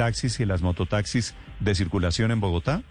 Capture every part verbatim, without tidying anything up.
bicitaxis y las mototaxis de circulación en Bogotá?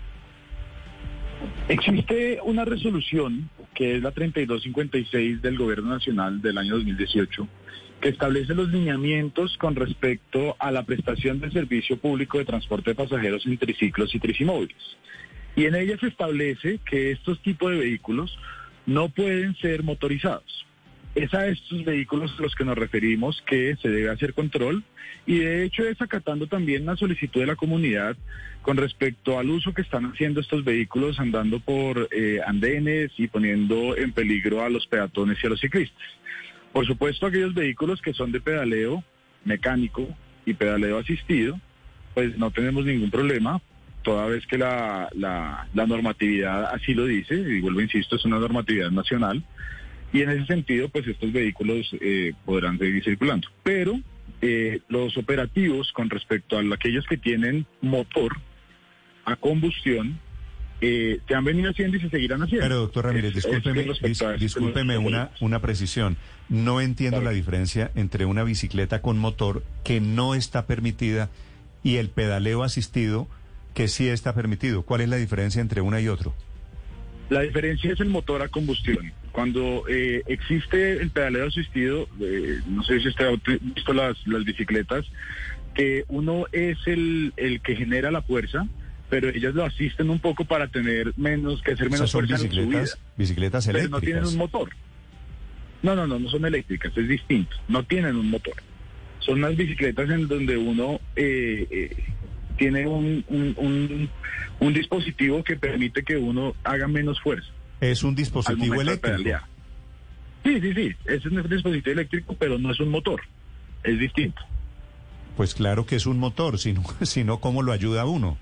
Existe una resolución que es la treinta y dos cincuenta y seis del Gobierno Nacional del año dos mil dieciocho, que establece los lineamientos con respecto a la prestación del servicio público de transporte de pasajeros en triciclos y tricimóviles. Y en ella se establece que estos tipos de vehículos no pueden ser motorizados. Es a estos vehículos a los que nos referimos que se debe hacer control, y de hecho es acatando también una solicitud de la comunidad con respecto al uso que están haciendo estos vehículos andando por eh, andenes y poniendo en peligro a los peatones y a los ciclistas. Por supuesto, aquellos vehículos que son de pedaleo mecánico y pedaleo asistido, pues no tenemos ningún problema, toda vez que la, la, la normatividad así lo dice, y vuelvo, insisto, es una normatividad nacional, y en ese sentido, pues estos vehículos eh, podrán seguir circulando. Pero eh, los operativos con respecto a aquellos que tienen motor a combustión, eh, se han venido haciendo y se seguirán haciendo. Pero, doctor Ramírez, es, discúlpeme, es dis, discúlpeme una, una precisión. No entiendo claro. la diferencia entre una bicicleta con motor que no está permitida y el pedaleo asistido que sí está permitido. ¿Cuál es la diferencia entre una y otro? La diferencia es el motor a combustión. Cuando eh, existe el pedaleo asistido, eh, no sé si usted ha visto las, las bicicletas, que uno es el, el que genera la fuerza, pero ellas lo asisten un poco para tener menos, que hacer menos son fuerza en su vida. Bicicletas eléctricas. Pero no tienen un motor. No, no, no, no son eléctricas, es distinto. No tienen un motor. Son unas bicicletas en donde uno eh, eh, tiene un, un, un, un dispositivo que permite que uno haga menos fuerza. ¿Es un dispositivo eléctrico? Sí, sí, sí, es un dispositivo eléctrico, pero no es un motor, es distinto. Pues claro que es un motor, si no, si no, ¿cómo lo ayuda a uno?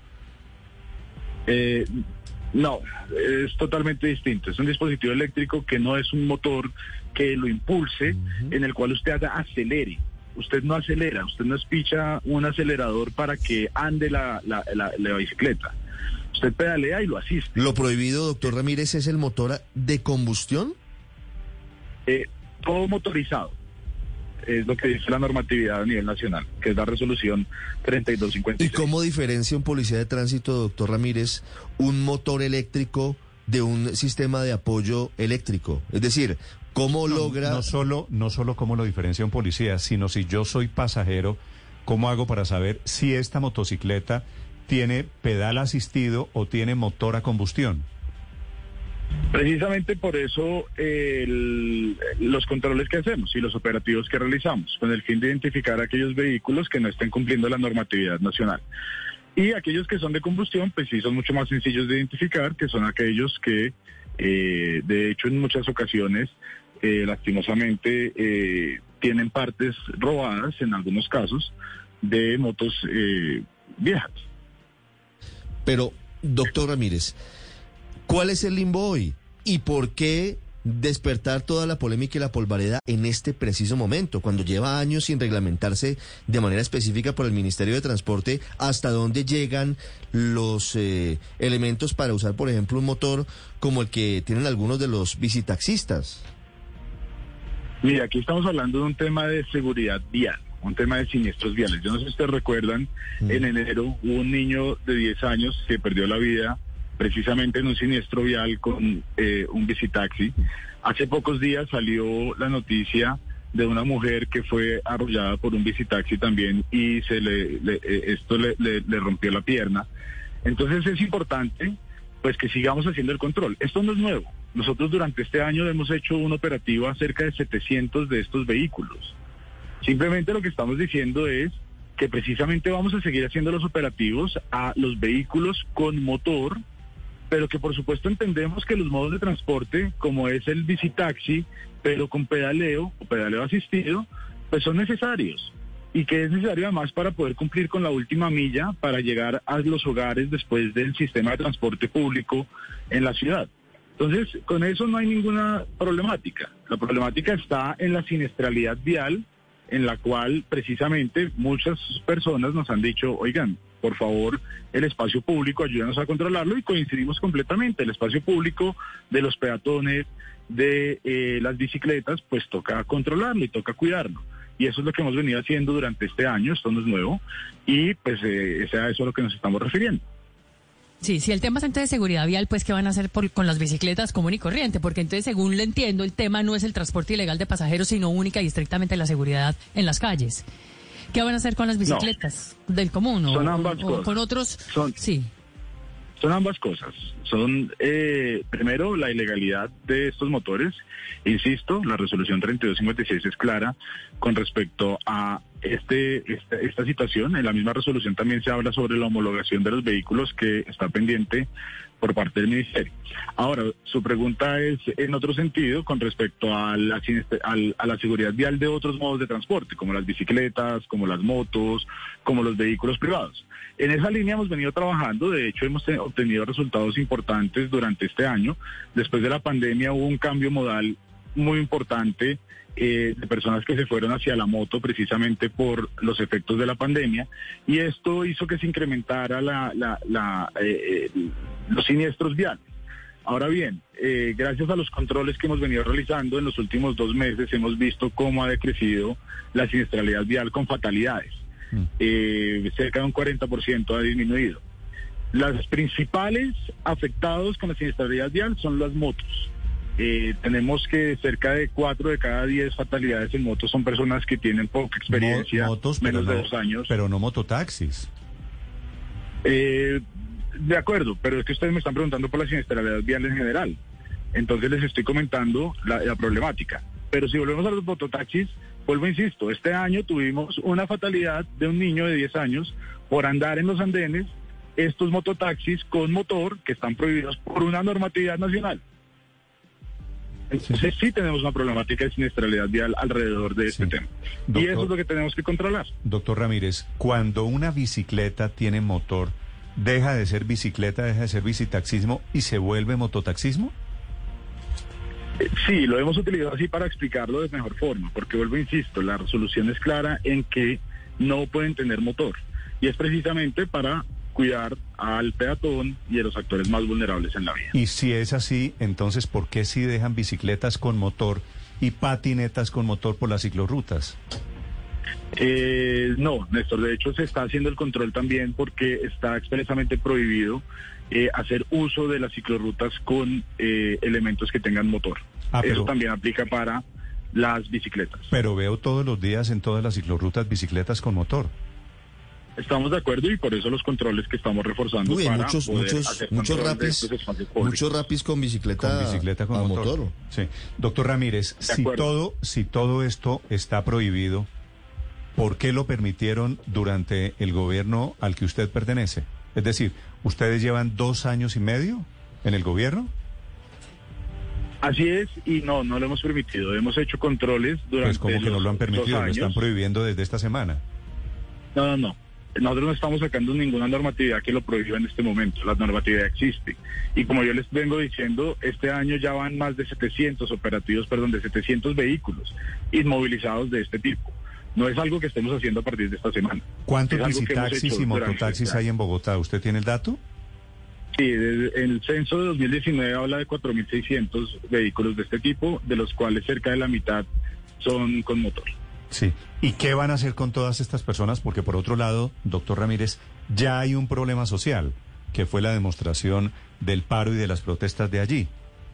Eh, no, es totalmente distinto, es un dispositivo eléctrico que no es un motor que lo impulse, uh-huh. en el cual usted haga, acelere. Usted no acelera, usted no espicha un acelerador para que ande la, la, la, la bicicleta. Usted pedalea y lo asiste. ¿Lo prohibido, doctor Ramírez, es el motor de combustión? Eh, todo motorizado. Es lo que dice la normatividad a nivel nacional, que es la resolución treinta y dos cincuenta y seis. ¿Y cómo diferencia un policía de tránsito, doctor Ramírez, un motor eléctrico de un sistema de apoyo eléctrico? Es decir, ¿cómo no, logra...? No solo, no solo cómo lo diferencia un policía, sino si yo soy pasajero, ¿cómo hago para saber si esta motocicleta tiene pedal asistido o tiene motor a combustión? Precisamente por eso eh, el, los controles que hacemos y los operativos que realizamos, con el fin de identificar aquellos vehículos que no estén cumpliendo la normatividad nacional. Y aquellos que son de combustión, pues sí son mucho más sencillos de identificar, que son aquellos que, eh, de hecho, en muchas ocasiones, eh, lastimosamente, eh, tienen partes robadas, en algunos casos, de motos eh, viejas. Pero, doctor Ramírez, ¿cuál es el limbo hoy? ¿Y por qué despertar toda la polémica y la polvareda en este preciso momento, cuando lleva años sin reglamentarse de manera específica por el Ministerio de Transporte hasta dónde llegan los eh, elementos para usar, por ejemplo, un motor como el que tienen algunos de los bicitaxistas? Mira, aquí estamos hablando de un tema de seguridad vial, un tema de siniestros viales. Yo no sé si ustedes recuerdan, mm. en enero hubo un niño de diez años que perdió la vida precisamente en un siniestro vial con eh, un bicitaxi. Hace pocos días salió la noticia de una mujer que fue arrollada por un bicitaxi también y se le, le eh, esto le, le, le rompió la pierna. Entonces es importante pues que sigamos haciendo el control. Esto no es nuevo. Nosotros durante este año hemos hecho un operativo a cerca de setecientos de estos vehículos. Simplemente lo que estamos diciendo es que precisamente vamos a seguir haciendo los operativos a los vehículos con motor, pero que por supuesto entendemos que los modos de transporte, como es el bicitaxi, pero con pedaleo o pedaleo asistido, pues son necesarios. Y que es necesario además para poder cumplir con la última milla para llegar a los hogares después del sistema de transporte público en la ciudad. Entonces, con eso no hay ninguna problemática. La problemática está en la siniestralidad vial, en la cual precisamente muchas personas nos han dicho, oigan, por favor, el espacio público, ayúdanos a controlarlo, y coincidimos completamente. El espacio público de los peatones, de eh, las bicicletas, pues toca controlarlo y toca cuidarlo. y eso es lo que hemos venido haciendo durante este año, esto no es nuevo, y pues eh, es a eso a lo que nos estamos refiriendo. Sí, si el tema es entonces de seguridad vial, pues ¿qué van a hacer por, con las bicicletas común y corriente? Porque entonces, según lo entiendo, el tema no es el transporte ilegal de pasajeros, sino única y estrictamente la seguridad en las calles. ¿Qué van a hacer con las bicicletas no, del común o, son ambas o, cosas. o con otros? Son, sí. Son ambas cosas. Son, eh, primero, la ilegalidad de estos motores. Insisto, la resolución treinta y dos cincuenta y seis es clara con respecto a este, esta, esta situación. En la misma resolución también se habla sobre la homologación de los vehículos que está pendiente por parte del Ministerio. Ahora, su pregunta es en otro sentido con respecto a la, a la seguridad vial de otros modos de transporte, como las bicicletas, como las motos, como los vehículos privados. En esa línea hemos venido trabajando, de hecho hemos obtenido resultados importantes durante este año. Después de la pandemia hubo un cambio modal muy importante eh, de personas que se fueron hacia la moto precisamente por los efectos de la pandemia, y esto hizo que se incrementara la, la, la, eh, eh, los siniestros viales. Ahora bien, eh, gracias a los controles que hemos venido realizando en los últimos dos meses hemos visto cómo ha decrecido la siniestralidad vial con fatalidades. Mm. Eh, cerca de un cuarenta por ciento ha disminuido. Las principales afectados con la siniestralidad vial son las motos. Eh, tenemos que cerca de cuatro de cada diez fatalidades en motos son personas que tienen poca experiencia, motos, menos no, de dos años. Pero no mototaxis. Eh, de acuerdo, pero es que ustedes me están preguntando por la siniestralidad vial en general. Entonces les estoy comentando la, la problemática. Pero si volvemos a los mototaxis, vuelvo, insisto, este año tuvimos una fatalidad de un niño de diez años por andar en los andenes estos mototaxis con motor que están prohibidos por una normatividad nacional. Entonces sí tenemos una problemática de siniestralidad vial alrededor de este sí. tema. Doctor, y eso es lo que tenemos que controlar. Doctor Ramírez, cuando una bicicleta tiene motor, ¿deja de ser bicicleta, deja de ser bicitaxismo y se vuelve mototaxismo? Eh, sí, lo hemos utilizado así para explicarlo de mejor forma, porque vuelvo, insisto, la resolución es clara en que no pueden tener motor. Y es precisamente para cuidar al peatón y a los actores más vulnerables en la vía. Y si es así, entonces, ¿por qué si dejan bicicletas con motor y patinetas con motor por las ciclorrutas? Eh, no, Néstor, de hecho se está haciendo el control también porque está expresamente prohibido eh, hacer uso de las ciclorrutas con eh, elementos que tengan motor. Ah, pero, eso también aplica para las bicicletas. Pero veo todos los días en todas las ciclorrutas bicicletas con motor. Estamos de acuerdo y por eso los controles que estamos reforzando. Uy, para muchos, poder muchos, hacer muchos rapis, muchos rapis con bicicleta, con bicicleta con a motor. motor. Sí, doctor Ramírez, si todo, si todo esto está prohibido, ¿por qué lo permitieron durante el gobierno al que usted pertenece? Es decir, ¿ustedes llevan dos años y medio en el gobierno? Así es, y no, no lo hemos permitido. Hemos hecho controles durante. Pues ¿cómo que no lo han permitido? Lo están prohibiendo desde esta semana. No, no, no. Nosotros no estamos sacando ninguna normatividad que lo prohíba en este momento. La normatividad existe. Y como yo les vengo diciendo, este año ya van más de setecientos operativos, perdón, de setecientos vehículos inmovilizados de este tipo. No es algo que estemos haciendo a partir de esta semana. ¿Cuántos bicitaxis y mototaxis este hay en Bogotá? ¿Usted tiene el dato? Sí, el censo de dos mil diecinueve habla de cuatro mil seiscientos vehículos de este tipo, de los cuales cerca de la mitad son con motor. Sí. ¿Y qué van a hacer con todas estas personas? Porque por otro lado, doctor Ramírez, ya hay un problema social, que fue la demostración del paro y de las protestas de allí.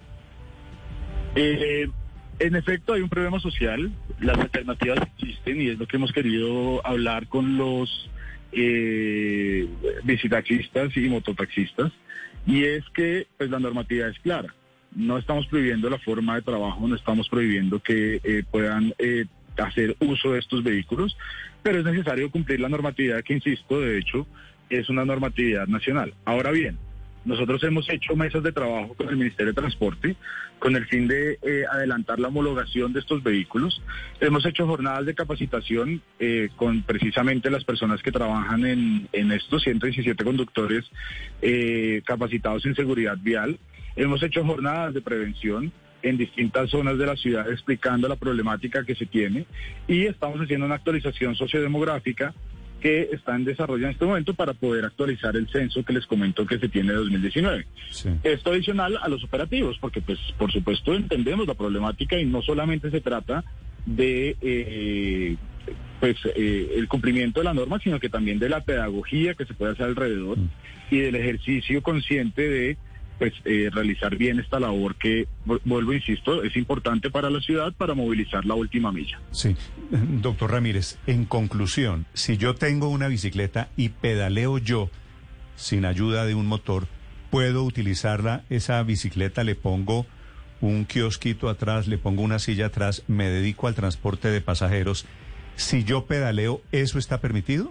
Eh, en efecto, hay un problema social. Las alternativas existen y es lo que hemos querido hablar con los eh, bicitaxistas y mototaxistas. Y es que pues la normatividad es clara. No estamos prohibiendo la forma de trabajo, no estamos prohibiendo que eh, puedan eh, hacer uso de estos vehículos, pero es necesario cumplir la normatividad que, insisto, de hecho, es una normatividad nacional. Ahora bien, nosotros hemos hecho mesas de trabajo con el Ministerio de Transporte con el fin de eh, adelantar la homologación de estos vehículos. Hemos hecho jornadas de capacitación eh, con precisamente las personas que trabajan en, en estos ciento diecisiete conductores eh, capacitados en seguridad vial. Hemos hecho jornadas de prevención en distintas zonas de la ciudad explicando la problemática que se tiene y estamos haciendo una actualización sociodemográfica que está en desarrollo en este momento para poder actualizar el censo que les comento que se tiene de dos mil diecinueve. Sí. Esto adicional a los operativos, porque pues por supuesto entendemos la problemática y no solamente se trata de eh, pues eh, el cumplimiento de la norma, sino que también de la pedagogía que se puede hacer alrededor mm. y del ejercicio consciente de pues eh, realizar bien esta labor que, vuelvo, insisto, es importante para la ciudad para movilizar la última milla. Sí, doctor Ramírez, en conclusión, si yo tengo una bicicleta y pedaleo yo sin ayuda de un motor, ¿puedo utilizarla, esa bicicleta, le pongo un kiosquito atrás, le pongo una silla atrás, me dedico al transporte de pasajeros? Si yo pedaleo, ¿eso está permitido?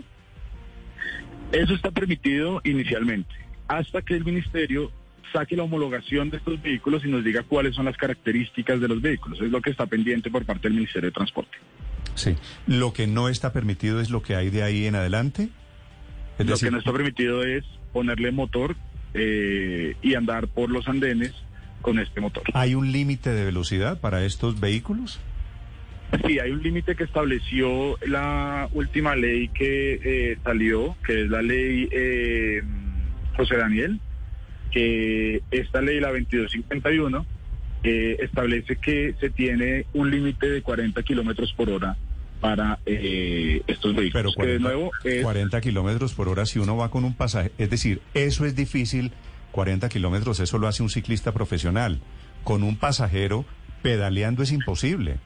Eso está permitido inicialmente, hasta que el ministerio saque la homologación de estos vehículos y nos diga cuáles son las características de los vehículos. Es lo que está pendiente por parte del Ministerio de Transporte. Sí. ¿Lo que no está permitido es lo que hay de ahí en adelante? Es lo decir... que no está permitido es ponerle motor eh, y andar por los andenes con este motor. ¿Hay un límite de velocidad para estos vehículos? Sí, hay un límite que estableció la última ley que eh, salió, que es la ley eh, José Daniel, que esta ley, la veintidós cincuenta y uno, eh, establece que se tiene un límite de cuarenta kilómetros por hora para eh, estos vehículos. Pero cuarenta, que de nuevo es... cuarenta kilómetros por hora si uno va con un pasaje, es decir, eso es difícil, cuarenta kilómetros, eso lo hace un ciclista profesional. Con un pasajero pedaleando es imposible.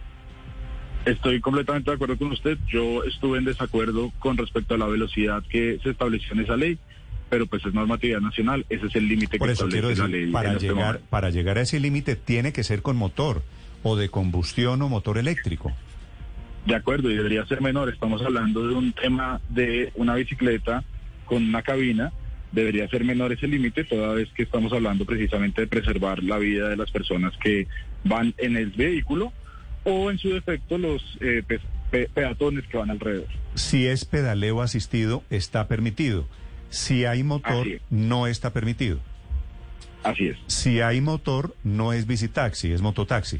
Estoy completamente de acuerdo con usted. Yo estuve en desacuerdo con respecto a la velocidad que se estableció en esa ley, pero pues es normatividad nacional, ese es el límite que establece decir, la ley. Para este llegar, momento. para llegar a ese límite tiene que ser con motor, o de combustión o motor eléctrico. De acuerdo, y debería ser menor. Estamos hablando de un tema de una bicicleta con una cabina, debería ser menor ese límite, toda vez que estamos hablando precisamente de preservar la vida de las personas que van en el vehículo, o en su defecto los eh, pe pe peatones que van alrededor. Si es pedaleo asistido, está permitido. Si hay motor, no está permitido. Así es. Si hay motor, no es bicitaxi, es mototaxi.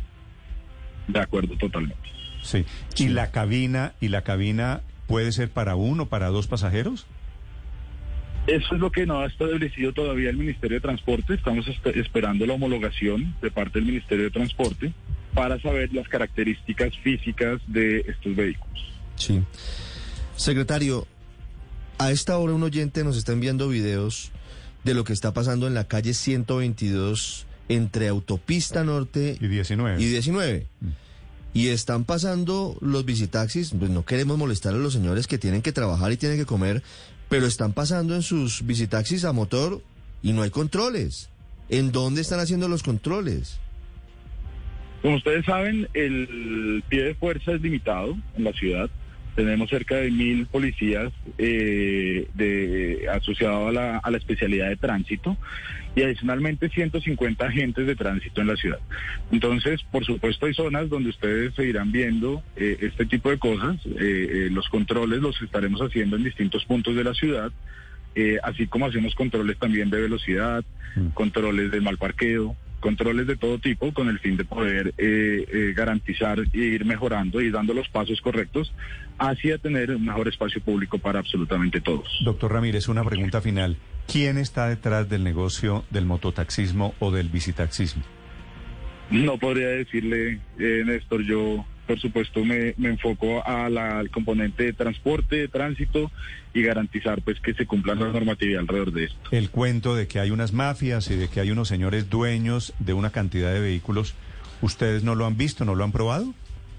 De acuerdo, totalmente. Sí. ¿Y sí. la cabina, y la cabina puede ser para uno o para dos pasajeros? Eso es lo que no ha establecido todavía el Ministerio de Transporte. Estamos esperando la homologación de parte del Ministerio de Transporte para saber las características físicas de estos vehículos. Sí. Secretario, a esta hora un oyente nos está enviando videos de lo que está pasando en la calle ciento veintidós entre Autopista Norte y diecinueve. Y, diecinueve. Mm. Y están pasando los bicitaxis, pues no queremos molestar a los señores que tienen que trabajar y tienen que comer, pero están pasando en sus bicitaxis a motor y no hay controles. ¿En dónde están haciendo los controles? Como ustedes saben, el pie de fuerza es limitado en la ciudad. Tenemos cerca de mil policías eh, de, asociados a la, a la especialidad de tránsito y adicionalmente ciento cincuenta agentes de tránsito en la ciudad. Entonces, por supuesto, hay zonas donde ustedes seguirán viendo eh, este tipo de cosas. Eh, eh, los controles los estaremos haciendo en distintos puntos de la ciudad, eh, así como hacemos controles también de velocidad, mm. controles de mal parqueo, controles de todo tipo con el fin de poder eh, eh, garantizar e ir mejorando y dando los pasos correctos hacia tener un mejor espacio público para absolutamente todos. Doctor Ramírez, una pregunta final. ¿Quién está detrás del negocio del mototaxismo o del bicitaxismo? No podría decirle, eh, Néstor, yo por supuesto me, me enfoco a la, al componente de transporte, de tránsito y garantizar pues que se cumpla la normatividad alrededor de esto. El cuento de que hay unas mafias y de que hay unos señores dueños de una cantidad de vehículos, ¿ustedes no lo han visto, no lo han probado?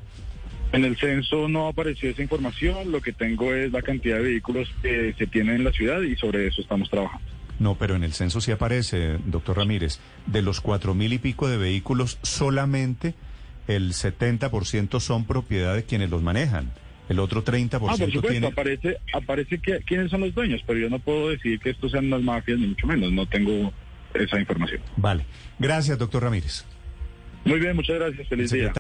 En el censo no apareció esa información, lo que tengo es la cantidad de vehículos que se tienen en la ciudad y sobre eso estamos trabajando. No, pero en el censo sí aparece, doctor Ramírez, de los cuatro mil y pico de vehículos, solamente el setenta por ciento son propiedad de quienes los manejan. El otro treinta por ciento ah, por supuesto, tiene... aparece, aparece que, quiénes son los dueños, pero yo no puedo decir que estos sean las mafias, ni mucho menos, no tengo esa información. Vale. Gracias, doctor Ramírez. Muy bien, muchas gracias, feliz día.